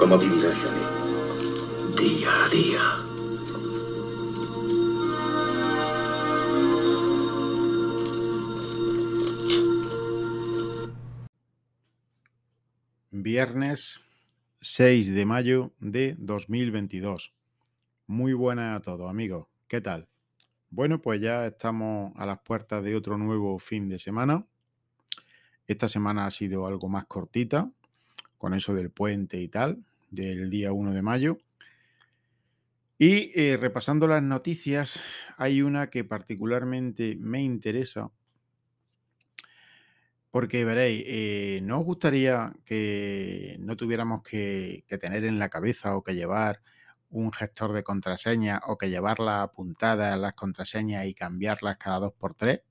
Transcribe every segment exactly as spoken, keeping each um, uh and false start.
¿Cómo vivirá Johnny? Día a día. Viernes seis de mayo de dos mil veintidós. Muy buenas a todos, amigos. ¿Qué tal? Bueno, pues ya estamos a las puertas de otro nuevo fin de semana. Esta semana ha sido algo más cortita, con eso del puente y tal, del día uno de mayo. Y eh, repasando las noticias, hay una que particularmente me interesa, porque veréis, eh, ¿no os gustaría que no tuviéramos que, que tener en la cabeza o que llevar un gestor de contraseñas o que llevarlas apuntadas las contraseñas y cambiarlas cada dos por tres?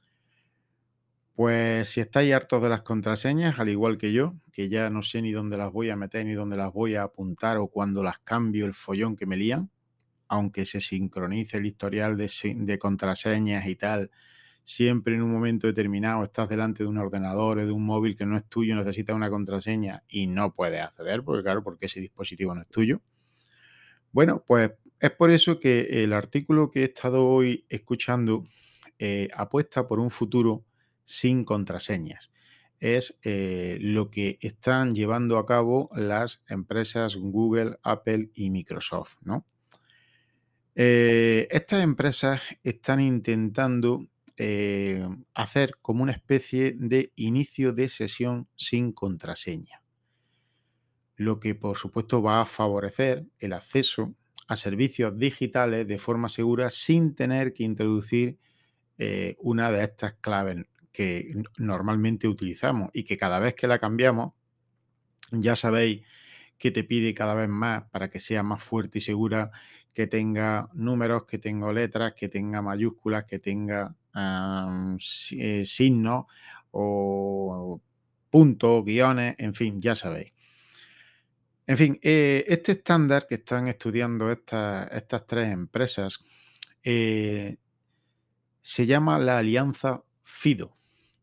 Pues si estáis hartos de las contraseñas, al igual que yo, que ya no sé ni dónde las voy a meter ni dónde las voy a apuntar o cuando las cambio el follón que me lían, aunque se sincronice el historial de, si- de contraseñas y tal, siempre en un momento determinado estás delante de un ordenador o de un móvil que no es tuyo, necesitas una contraseña y no puedes acceder, porque claro, porque ese dispositivo no es tuyo. Bueno, pues es por eso que el artículo que he estado hoy escuchando eh, apuesta por un futuro sin contraseñas. Es eh, lo que están llevando a cabo las empresas Google, Apple y Microsoft, ¿no? Eh, estas empresas están intentando eh, hacer como una especie de inicio de sesión sin contraseña, lo que por supuesto va a favorecer el acceso a servicios digitales de forma segura sin tener que introducir eh, una de estas claves que n- normalmente utilizamos y que cada vez que la cambiamos, ya sabéis que te pide cada vez más para que sea más fuerte y segura, que tenga números, que tenga letras, que tenga mayúsculas, que tenga am, si- eh, signos o puntos, guiones, en fin, ya sabéis. En fin, eh, este estándar que están estudiando estas, estas tres empresas eh, se llama la Alianza FIDO.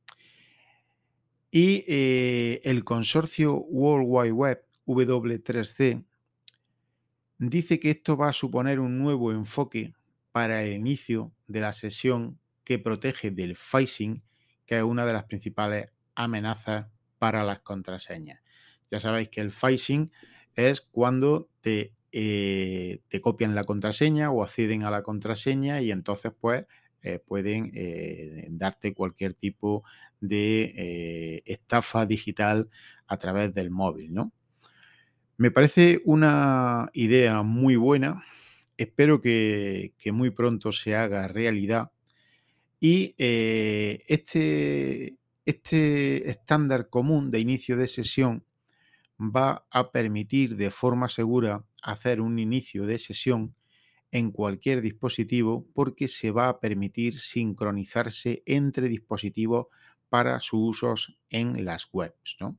Y eh, el consorcio World Wide Web, W tres C, dice que esto va a suponer un nuevo enfoque para el inicio de la sesión que protege del phishing, que es una de las principales amenazas para las contraseñas. Ya sabéis que el phishing es cuando te, eh, te copian la contraseña o acceden a la contraseña y entonces pues eh, pueden eh, darte cualquier tipo de eh, estafa digital a través del móvil, ¿no? Me parece una idea muy buena. Espero que, que muy pronto se haga realidad. Y eh, este, este estándar común de inicio de sesión va a permitir de forma segura hacer un inicio de sesión en cualquier dispositivo porque se va a permitir sincronizarse entre dispositivos para sus usos en las webs, ¿no?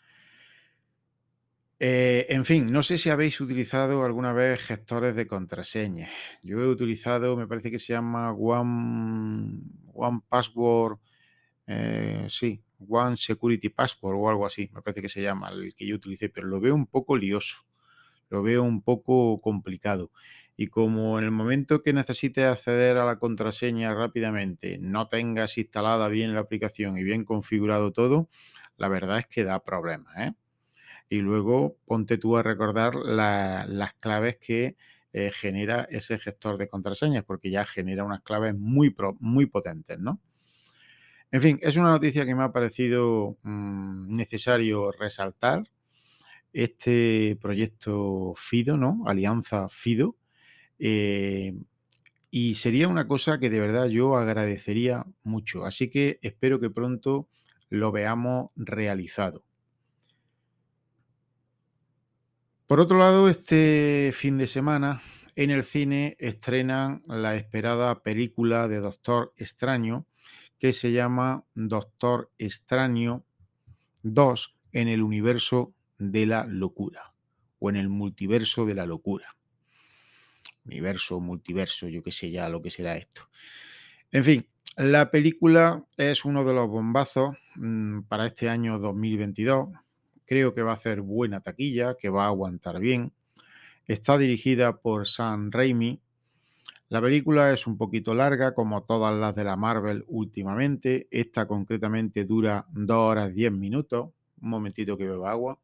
Eh, en fin, no sé si habéis utilizado alguna vez gestores de contraseñas. Yo he utilizado, me parece que se llama One, One Password, eh, sí, One Security Passport o algo así, me parece que se llama el que yo utilicé, pero lo veo un poco lioso, lo veo un poco complicado. Y como en el momento que necesites acceder a la contraseña rápidamente no tengas instalada bien la aplicación y bien configurado todo, la verdad es que da problemas, ¿eh? Y luego ponte tú a recordar la- las claves que eh, genera ese gestor de contraseñas, porque ya genera unas claves muy, pro- muy potentes, ¿no? En fin, es una noticia que me ha parecido mm, necesario resaltar. Este proyecto FIDO, ¿no? Alianza FIDO. eh, y sería una cosa que de verdad yo agradecería mucho. Así que espero que pronto lo veamos realizado. Por otro lado, este fin de semana en el cine estrenan la esperada película de Doctor Extraño que se llama Doctor Extraño dos en el universo de la locura o en el multiverso de la locura. Universo, multiverso, yo qué sé ya lo que será esto. En fin, la película es uno de los bombazos mmm, para este año dos mil veintidós. creo que va a hacer buena taquilla, que va a aguantar bien. Está dirigida por Sam Raimi. La película es un poquito larga, como todas las de la Marvel últimamente. Esta concretamente dura dos horas diez minutos. Un momentito que beba agua.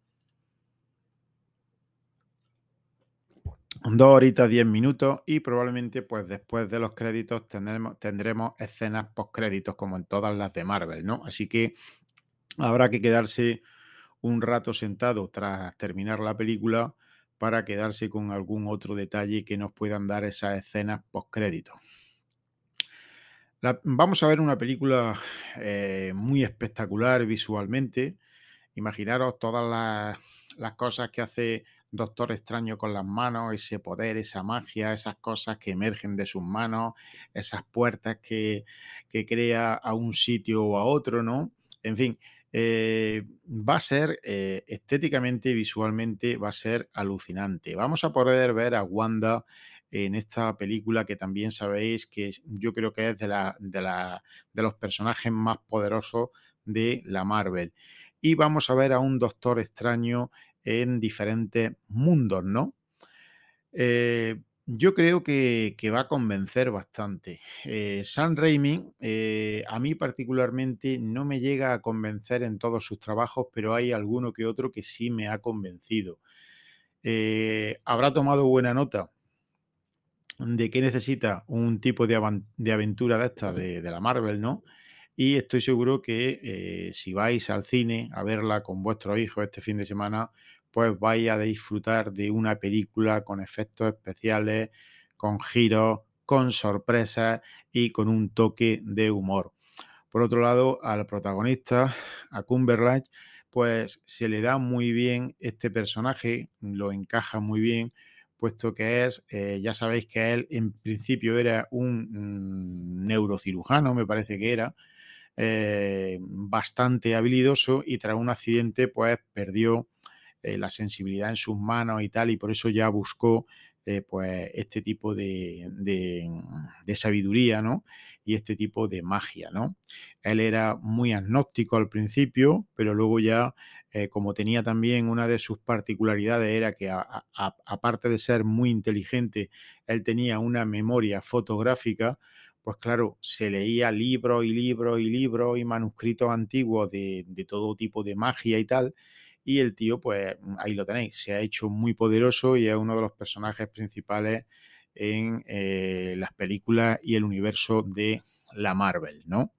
Dos horitas diez minutos y probablemente pues después de los créditos tendremos, tendremos escenas postcréditos como en todas las de Marvel, ¿no? Así que habrá que quedarse un rato sentado tras terminar la película para quedarse con algún otro detalle que nos puedan dar esas escenas postcréditos. La- vamos a ver una película eh, muy espectacular visualmente. Imaginaros todas las, las cosas que hace Doctor Extraño con las manos, ese poder, esa magia, esas cosas que emergen de sus manos, esas puertas que, que crea a un sitio o a otro, ¿no? En fin, eh, va a ser eh, estéticamente, visualmente, va a ser alucinante. Vamos a poder ver a Wanda en esta película que también sabéis que es- yo creo que es de, la, de, la, de los personajes más poderosos de la Marvel. Y vamos a ver a un Doctor Extraño en diferentes mundos, ¿no? Eh, yo creo que, que va a convencer bastante. Eh, Sam Raimi, eh, a mí particularmente, no me llega a convencer en todos sus trabajos, pero hay alguno que otro que sí me ha convencido. Eh, ¿habrá tomado buena nota de qué necesita un tipo de, avan- de aventura de esta, de, de la Marvel, ¿no? Y estoy seguro que eh, si vais al cine a verla con vuestros hijos este fin de semana, pues vais a disfrutar de una película con efectos especiales, con giros, con sorpresas y con un toque de humor. Por otro lado, al protagonista, a Cumberbatch, pues se le da muy bien este personaje, lo encaja muy bien, puesto que es, eh, ya sabéis que él en principio era un mm, neurocirujano, me parece que era, eh, bastante habilidoso y tras un accidente pues perdió eh, la sensibilidad en sus manos y tal, y por eso ya buscó eh, pues este tipo de, de, de sabiduría, ¿no? Y este tipo de magia, ¿no? Él era muy agnóstico al principio, pero luego ya, eh, como tenía también una de sus particularidades, era que a- a- aparte de ser muy inteligente, él tenía una memoria fotográfica, pues claro, se leía libros y libros y libros y manuscritos antiguos de, de todo tipo de magia y tal, y el tío, pues ahí lo tenéis, se ha hecho muy poderoso y es uno de los personajes principales en eh, las películas y el universo de la Marvel, ¿no?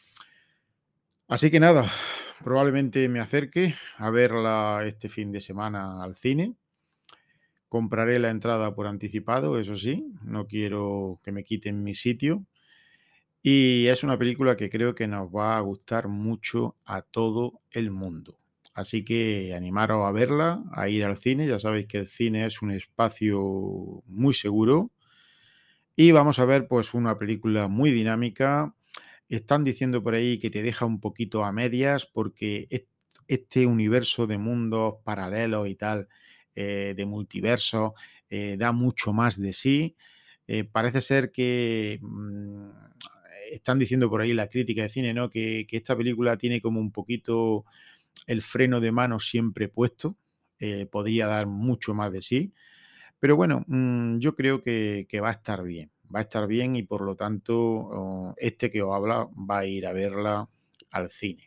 Así que nada, probablemente me acerque a verla este fin de semana al cine. Compraré la entrada por anticipado, eso sí, no quiero que me quiten mi sitio. Y es una película que creo que nos va a gustar mucho a todo el mundo. Así que animaros a verla, a ir al cine. Ya sabéis que el cine es un espacio muy seguro. Y vamos a ver pues una película muy dinámica. Están diciendo por ahí que te deja un poquito a medias porque est- este universo de mundos paralelos y tal, eh, de multiverso, eh, da mucho más de sí. Eh, parece ser que mm, están diciendo por ahí la crítica de cine, ¿no? Que, que esta película tiene como un poquito el freno de mano siempre puesto. Eh, podría dar mucho más de sí. Pero bueno, mm, yo creo que, que va a estar bien. Va a estar bien y por lo tanto, oh, este que os habla va a ir a verla al cine.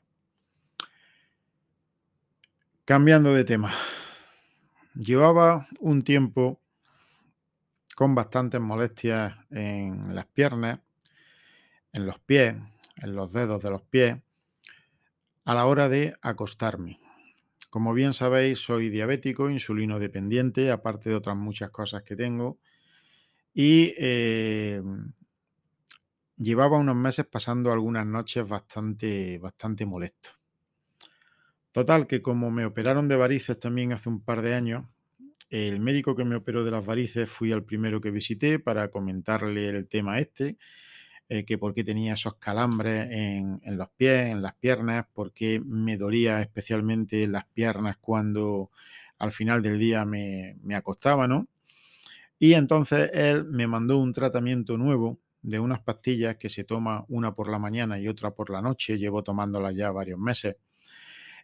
Cambiando de tema. Llevaba un tiempo con bastantes molestias en las piernas, en los pies, en los dedos de los pies, a la hora de acostarme. Como bien sabéis, soy diabético, insulino dependiente, aparte de otras muchas cosas que tengo. Y eh, llevaba unos meses pasando algunas noches bastante, bastante molesto. Total, que como me operaron de varices también hace un par de años, el médico que me operó de las varices fui al primero que visité para comentarle el tema este, eh, que por qué tenía esos calambres en, en los pies, en las piernas, por qué me dolía especialmente las piernas cuando al final del día me, me acostaba, ¿no? Y entonces él me mandó un tratamiento nuevo de unas pastillas que se toma una por la mañana y otra por la noche, llevo tomándolas ya varios meses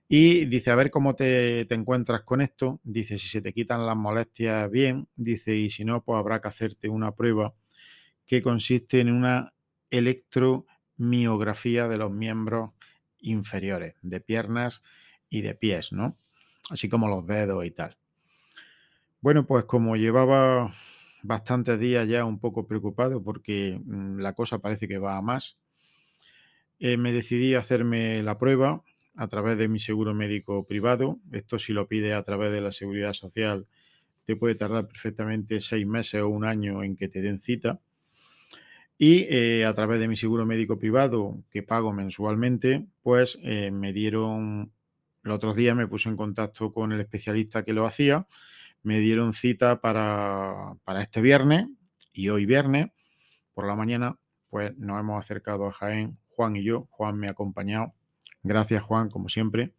Y dice, a ver cómo te, te encuentras con esto. Dice, si se te quitan las molestias, bien. Dice, y si no, pues habrá que hacerte una prueba que consiste en una electromiografía de los miembros inferiores, de piernas y de pies, ¿no? Así como los dedos y tal. Bueno, pues como llevaba bastantes días ya un poco preocupado porque mm, la cosa parece que va a más, eh, me decidí a hacerme la prueba a través de mi seguro médico privado. Esto si lo pide a través de la Seguridad Social, te puede tardar perfectamente seis meses o un año en que te den cita. Y eh, a través de mi seguro médico privado, que pago mensualmente, pues eh, me dieron, los otros días me puse en contacto con el especialista que lo hacía, me dieron cita para, para este viernes y hoy viernes por la mañana, pues nos hemos acercado a Jaén, Juan y yo. Juan me ha acompañado. Gracias, Juan, como siempre.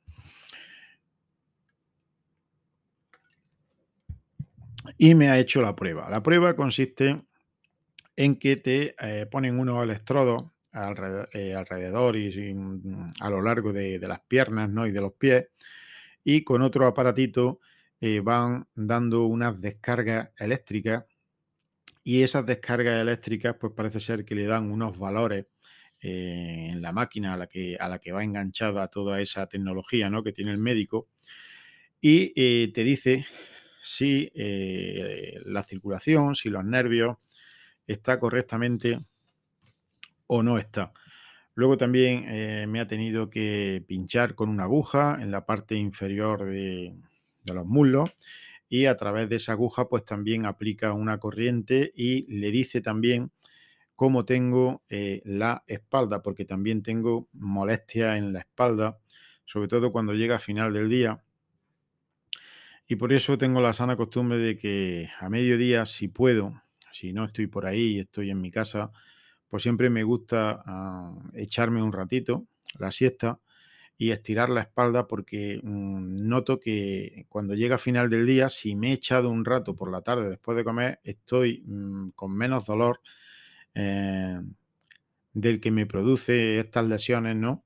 Y me ha hecho la prueba. La prueba consiste en que te eh, ponen unos electrodos alrededor, eh, alrededor y sin- a lo largo de, de las piernas, ¿no? Y de los pies. Y con otro aparatito eh, van dando unas descargas eléctricas. Y esas descargas eléctricas, pues parece ser que le dan unos valores eh, en la máquina a la, que, a la que va enganchada toda esa tecnología, ¿no? Que tiene el médico. Y eh, te dice si eh, la circulación, si los nervios está correctamente o no está. Luego también eh, me ha tenido que pinchar con una aguja en la parte inferior de, de los muslos y a través de esa aguja pues también aplica una corriente y le dice también cómo tengo eh, la espalda, porque también tengo molestias en la espalda, sobre todo cuando llega a final del día. Y por eso tengo la sana costumbre de que a mediodía, si puedo, si no estoy por ahí y estoy en mi casa, pues siempre me gusta ah, echarme un ratito, la siesta, y estirar la espalda porque mm, noto que cuando llega a final del día, si me he echado un rato por la tarde después de comer, estoy mm, con menos dolor eh, del que me produce estas lesiones, ¿no?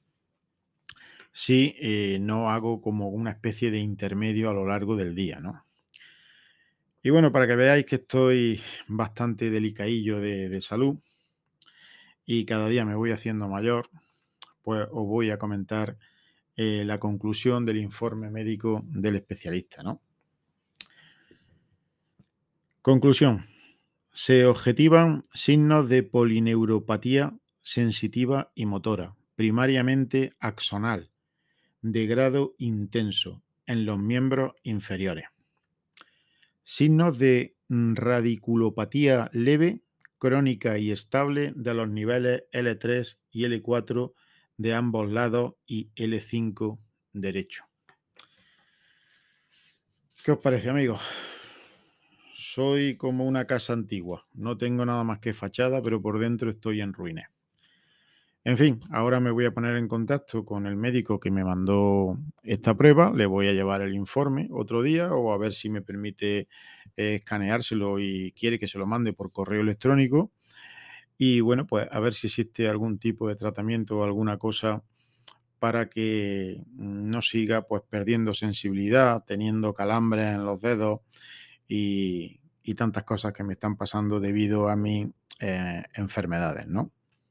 Si eh, no hago como una especie de intermedio a lo largo del día, ¿no? Y bueno, para que veáis que estoy bastante delicadillo de, de salud y cada día me voy haciendo mayor, pues os voy a comentar eh, la conclusión del informe médico del especialista, ¿no? Conclusión. Se objetivan signos de polineuropatía sensitiva y motora, primariamente axonal, de grado intenso en los miembros inferiores. Signos de radiculopatía leve, crónica y estable de los niveles L tres y L cuatro de ambos lados y L cinco derecho. ¿Qué os parece, amigos? Soy como una casa antigua. No tengo nada más que fachada, pero por dentro estoy en ruinas. En fin, ahora me voy a poner en contacto con el médico que me mandó esta prueba. Le voy a llevar el informe otro día o a ver si me permite eh, escaneárselo y quiere que se lo mande por correo electrónico. Y bueno, pues a ver si existe algún tipo de tratamiento o alguna cosa para que mm, no siga pues perdiendo sensibilidad, teniendo calambres en los dedos y, y tantas cosas que me están pasando debido a mis eh, enfermedades, ¿no?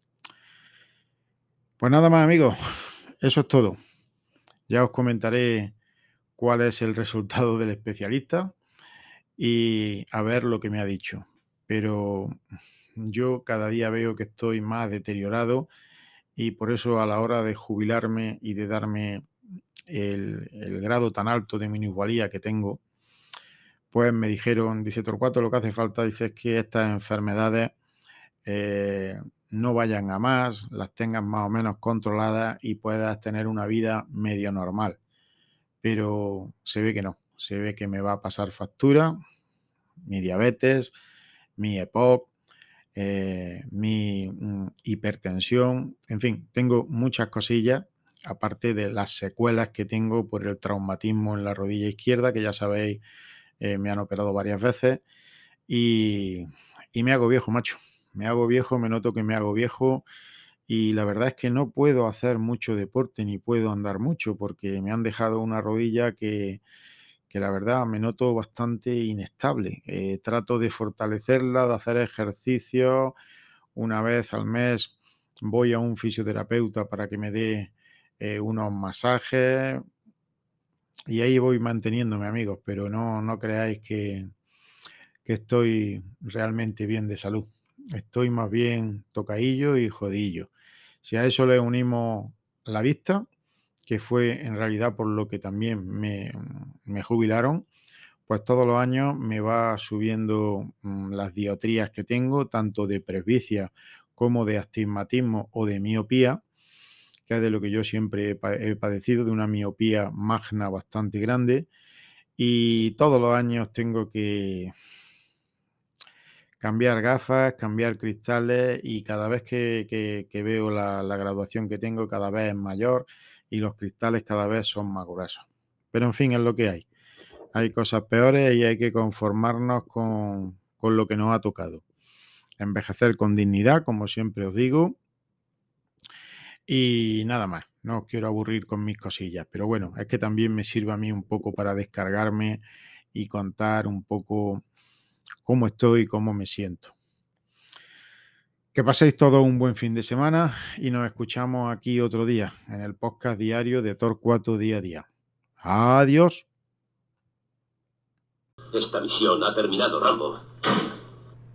Pues nada más, amigos, eso es todo. Ya os comentaré cuál es el resultado del especialista y a ver lo que me ha dicho. Pero yo cada día veo que estoy más deteriorado y por eso a la hora de jubilarme y de darme el, el grado tan alto de minusvalía que tengo, pues me dijeron, dice Torcuato, lo que hace falta, dice, es que estas enfermedades eh, no vayan a más, las tengas más o menos controladas y puedas tener una vida medio normal. Pero se ve que no, se ve que me va a pasar factura, mi diabetes, mi E P O C, eh, mi mm, hipertensión, en fin, tengo muchas cosillas, aparte de las secuelas que tengo por el traumatismo en la rodilla izquierda, que ya sabéis, eh, me han operado varias veces y, y me hago viejo, macho. Me hago viejo, me noto que me hago viejo y la verdad es que no puedo hacer mucho deporte ni puedo andar mucho porque me han dejado una rodilla que, que la verdad me noto bastante inestable. Eh, trato de fortalecerla, de hacer ejercicio. Una vez al mes voy a un fisioterapeuta para que me dé eh, unos masajes y ahí voy manteniéndome, amigos, pero no, no creáis que, que estoy realmente bien de salud. Estoy más bien tocadillo y jodillo. Si a eso le unimos la vista, que fue en realidad por lo que también me, me jubilaron, pues todos los años me va subiendo mm, las dioptrías que tengo, tanto de presbicia como de astigmatismo o de miopía, que es de lo que yo siempre he, pa- he padecido, de una miopía magna bastante grande. Y todos los años tengo que cambiar gafas, cambiar cristales y cada vez que, que- que veo la, la graduación que tengo cada vez es mayor y los cristales cada vez son más gruesos. Pero en fin, es lo que hay. Hay cosas peores y hay que conformarnos con, con lo que nos ha tocado. Envejecer con dignidad, como siempre os digo, y nada más. No os quiero aburrir con mis cosillas, pero bueno, es que también me sirve a mí un poco para descargarme y contar un poco cómo estoy y cómo me siento. Que paséis todo un buen fin de semana y nos escuchamos aquí otro día en el podcast diario de Torcuato Día a Día. Adiós. Esta misión ha terminado, Rambo.